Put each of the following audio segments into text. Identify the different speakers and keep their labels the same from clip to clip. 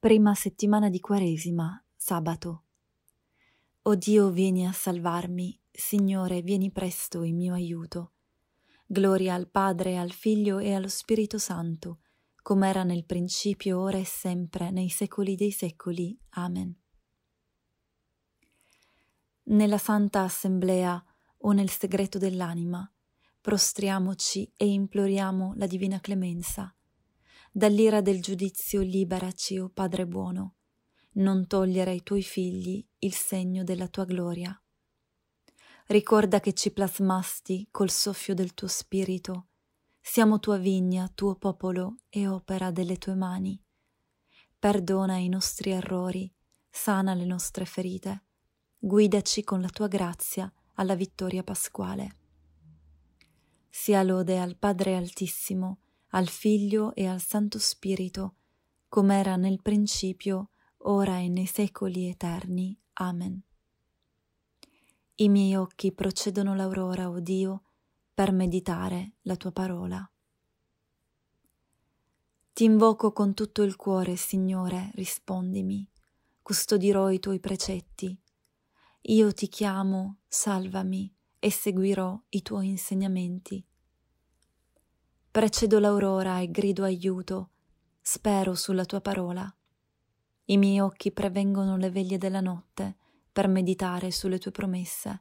Speaker 1: Prima settimana di Quaresima, sabato. O Dio, vieni a salvarmi, Signore, vieni presto in mio aiuto. Gloria al Padre, al Figlio e allo Spirito Santo, come era nel principio, ora e sempre, nei secoli dei secoli. Amen. Nella Santa Assemblea o nel segreto dell'anima, prostriamoci e imploriamo la divina clemenza. Dall'ira del giudizio liberaci, o Padre buono, non togliere ai tuoi figli il segno della tua gloria. Ricorda che ci plasmasti col soffio del tuo spirito, siamo tua vigna, tuo popolo e opera delle tue mani. Perdona i nostri errori, sana le nostre ferite, guidaci con la tua grazia alla vittoria pasquale. Sia lode al Padre Altissimo, al Figlio e al Santo Spirito, come era nel principio, ora e nei secoli eterni. Amen. I miei occhi procedono l'aurora, o Dio, per meditare la tua parola. Ti invoco con tutto il cuore, Signore, rispondimi, custodirò i tuoi precetti. Io ti chiamo, salvami, e seguirò i tuoi insegnamenti. Precedo l'aurora e grido aiuto, spero sulla tua parola. I miei occhi prevengono le veglie della notte per meditare sulle tue promesse.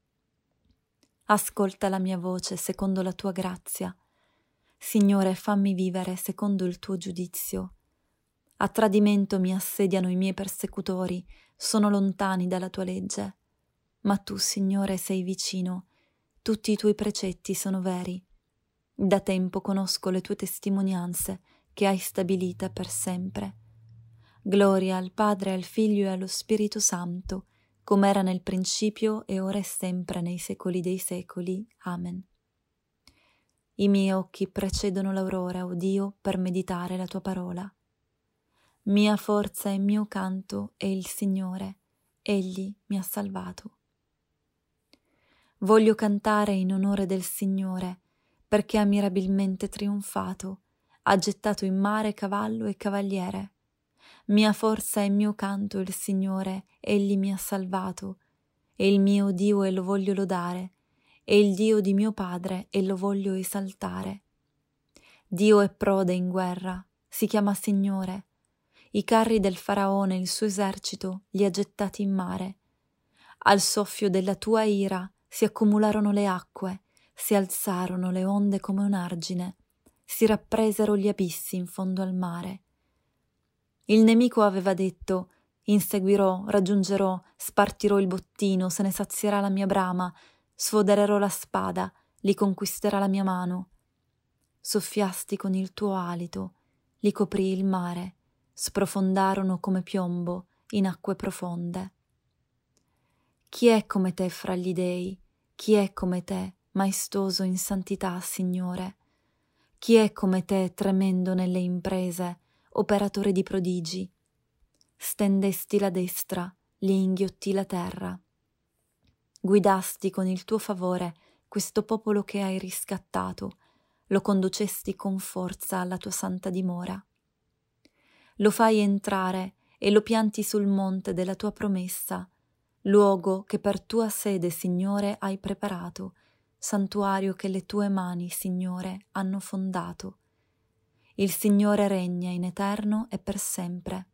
Speaker 1: Ascolta la mia voce secondo la tua grazia. Signore, fammi vivere secondo il tuo giudizio. A tradimento mi assediano i miei persecutori, sono lontani dalla tua legge. Ma tu, Signore, sei vicino, tutti i tuoi precetti sono veri. Da tempo conosco le tue testimonianze che hai stabilite per sempre. Gloria al Padre, al Figlio e allo Spirito Santo, come era nel principio e ora e sempre nei secoli dei secoli. Amen. I miei occhi precedono l'aurora, o Dio, per meditare la tua parola. Mia forza e mio canto è il Signore, Egli mi ha salvato. Voglio cantare in onore del Signore, perché ha mirabilmente trionfato, ha gettato in mare cavallo e cavaliere. Mia forza e mio canto il Signore, Egli mi ha salvato, è il mio Dio e lo voglio lodare, è il Dio di mio Padre e lo voglio esaltare. Dio è prode in guerra, si chiama Signore. I carri del Faraone e il suo esercito li ha gettati in mare. Al soffio della tua ira si accumularono le acque, si alzarono le onde come un argine, si rappresero gli abissi in fondo al mare. Il nemico aveva detto: inseguirò, raggiungerò, spartirò il bottino, se ne sazierà la mia brama, sfodererò la spada, li conquisterà la mia mano. Soffiasti con il tuo alito, li coprì il mare, sprofondarono come piombo in acque profonde. Chi è come te fra gli dei? Chi è come te, maestoso in santità, Signore? Chi è come te, tremendo nelle imprese, operatore di prodigi? Stendesti la destra, li inghiottì la terra. Guidasti con il tuo favore questo popolo che hai riscattato, lo conducesti con forza alla tua santa dimora. Lo fai entrare e lo pianti sul monte della tua promessa, luogo che per tua sede, Signore, hai preparato, santuario che le tue mani, Signore, hanno fondato. Il Signore regna in eterno e per sempre.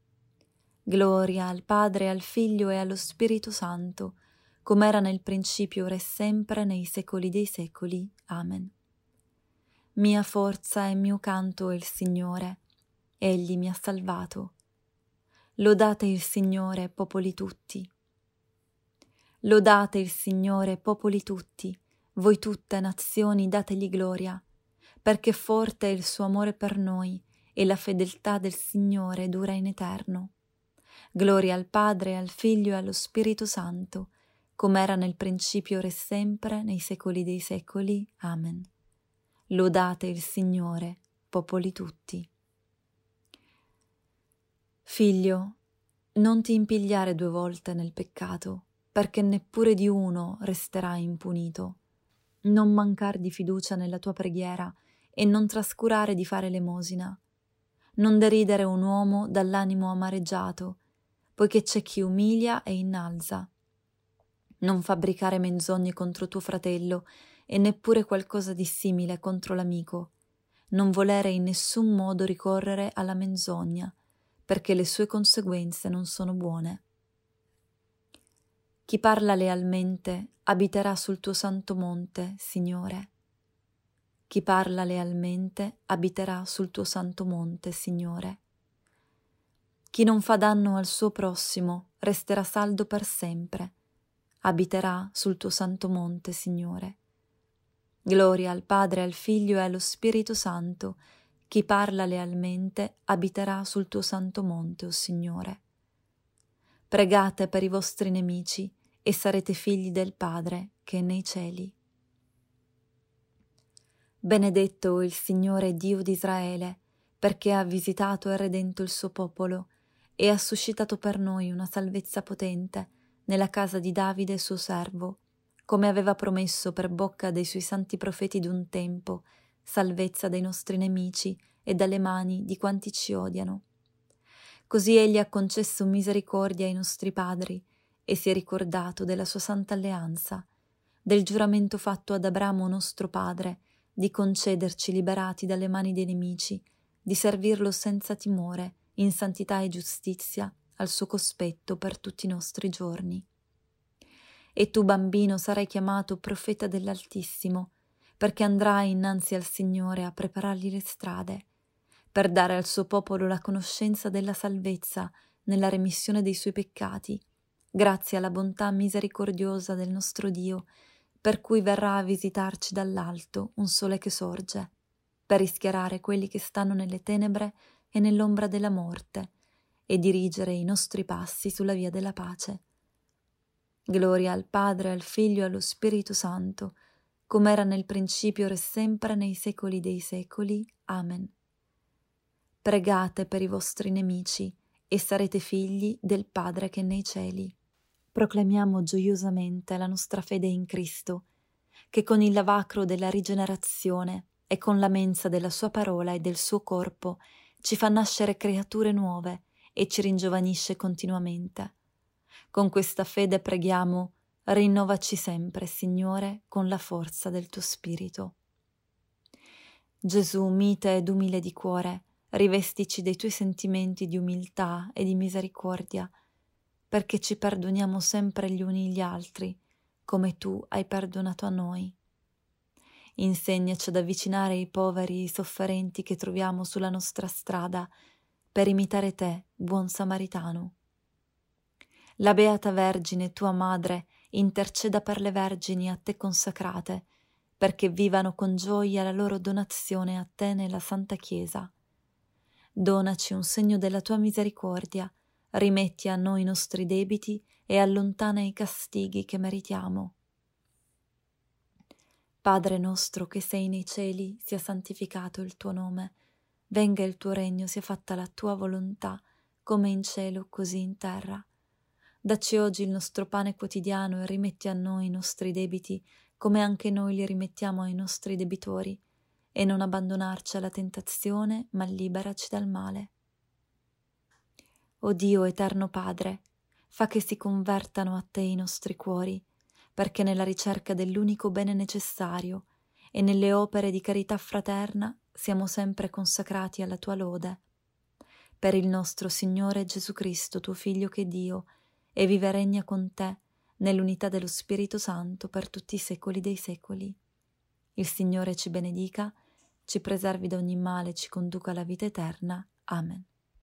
Speaker 1: Gloria al Padre, al Figlio e allo Spirito Santo, come era nel principio, ora e sempre, nei secoli dei secoli. Amen. Mia forza e mio canto è il Signore, Egli mi ha salvato. Lodate il Signore, popoli tutti. Lodate il Signore, popoli tutti, voi tutte nazioni dategli gloria, perché forte è il suo amore per noi e la fedeltà del Signore dura in eterno. Gloria al Padre, al Figlio e allo Spirito Santo, come era nel principio, ora e sempre, nei secoli dei secoli. Amen. Lodate il Signore, popoli tutti. Figlio, non ti impigliare 2 volte nel peccato, perché neppure di uno resterai impunito. Non mancar di fiducia nella tua preghiera e non trascurare di fare elemosina. Non deridere un uomo dall'animo amareggiato, poiché c'è chi umilia e innalza. Non fabbricare menzogne contro tuo fratello e neppure qualcosa di simile contro l'amico. Non volere in nessun modo ricorrere alla menzogna, perché le sue conseguenze non sono buone. Chi parla lealmente abiterà sul tuo santo monte, Signore. Chi parla lealmente abiterà sul tuo santo monte, Signore. Chi non fa danno al suo prossimo resterà saldo per sempre. Abiterà sul tuo santo monte, Signore. Gloria al Padre, al Figlio e allo Spirito Santo. Chi parla lealmente abiterà sul tuo santo monte, o Signore. Pregate per i vostri nemici e sarete figli del Padre che è nei cieli. Benedetto il Signore Dio di Israele, perché ha visitato e redento il suo popolo e ha suscitato per noi una salvezza potente nella casa di Davide suo servo, come aveva promesso per bocca dei suoi santi profeti d'un tempo, salvezza dai nostri nemici e dalle mani di quanti ci odiano. Così egli ha concesso misericordia ai nostri padri e si è ricordato della sua santa alleanza, del giuramento fatto ad Abramo nostro padre, di concederci liberati dalle mani dei nemici, di servirlo senza timore, in santità e giustizia, al suo cospetto per tutti i nostri giorni. E tu, bambino, sarai chiamato profeta dell'Altissimo, perché andrai innanzi al Signore a preparargli le strade, per dare al suo popolo la conoscenza della salvezza nella remissione dei suoi peccati, grazie alla bontà misericordiosa del nostro Dio, per cui verrà a visitarci dall'alto un sole che sorge, per rischiarare quelli che stanno nelle tenebre e nell'ombra della morte, e dirigere i nostri passi sulla via della pace. Gloria al Padre, al Figlio e allo Spirito Santo, come era nel principio, ora e sempre, nei secoli dei secoli. Amen. Pregate per i vostri nemici e sarete figli del Padre che è nei cieli. Proclamiamo gioiosamente la nostra fede in Cristo, che con il lavacro della rigenerazione e con la mensa della sua parola e del suo corpo ci fa nascere creature nuove e ci ringiovanisce continuamente. Con questa fede preghiamo: rinnovaci sempre, Signore, con la forza del tuo Spirito. Gesù, mite ed umile di cuore, rivestici dei tuoi sentimenti di umiltà e di misericordia, perché ci perdoniamo sempre gli uni gli altri, come tu hai perdonato a noi. Insegnaci ad avvicinare i poveri e i sofferenti che troviamo sulla nostra strada, per imitare te, buon Samaritano. La Beata Vergine, tua Madre, interceda per le vergini a te consacrate, perché vivano con gioia la loro donazione a te nella Santa Chiesa. Donaci un segno della tua misericordia, rimetti a noi i nostri debiti e allontana i castighi che meritiamo. Padre nostro che sei nei cieli, sia santificato il tuo nome. Venga il tuo regno, sia fatta la tua volontà, come in cielo così in terra. Dacci oggi il nostro pane quotidiano e rimetti a noi i nostri debiti, come anche noi li rimettiamo ai nostri debitori, e non abbandonarci alla tentazione, ma liberaci dal male. O Dio eterno Padre, fa che si convertano a te i nostri cuori, perché nella ricerca dell'unico bene necessario e nelle opere di carità fraterna siamo sempre consacrati alla tua lode. Per il nostro Signore Gesù Cristo, tuo Figlio che è Dio, e vive e regna con te nell'unità dello Spirito Santo per tutti i secoli dei secoli. Il Signore ci benedica, ci preservi da ogni male e ci conduca alla vita eterna. Amen.